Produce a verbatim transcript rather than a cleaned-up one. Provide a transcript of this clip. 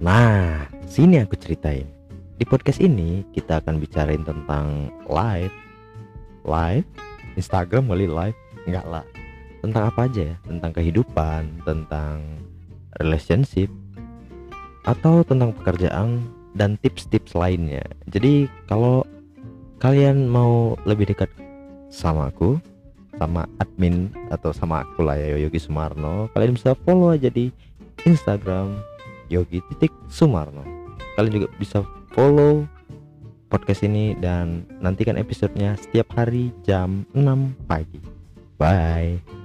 Nah, sini aku ceritain. Di podcast ini kita akan bicarain tentang live, live, Instagram kali live, enggak lah. Tentang apa aja ya? Tentang kehidupan, tentang relationship, atau tentang pekerjaan dan tips-tips lainnya. Jadi kalau kalian mau lebih dekat sama aku, sama admin atau sama aku lah ya, Yogi Sumarno, kalian bisa follow aja di Instagram Yogi titik Sumarno. Kalian juga bisa follow podcast ini dan nantikan episodenya setiap hari jam enam pagi. Bye.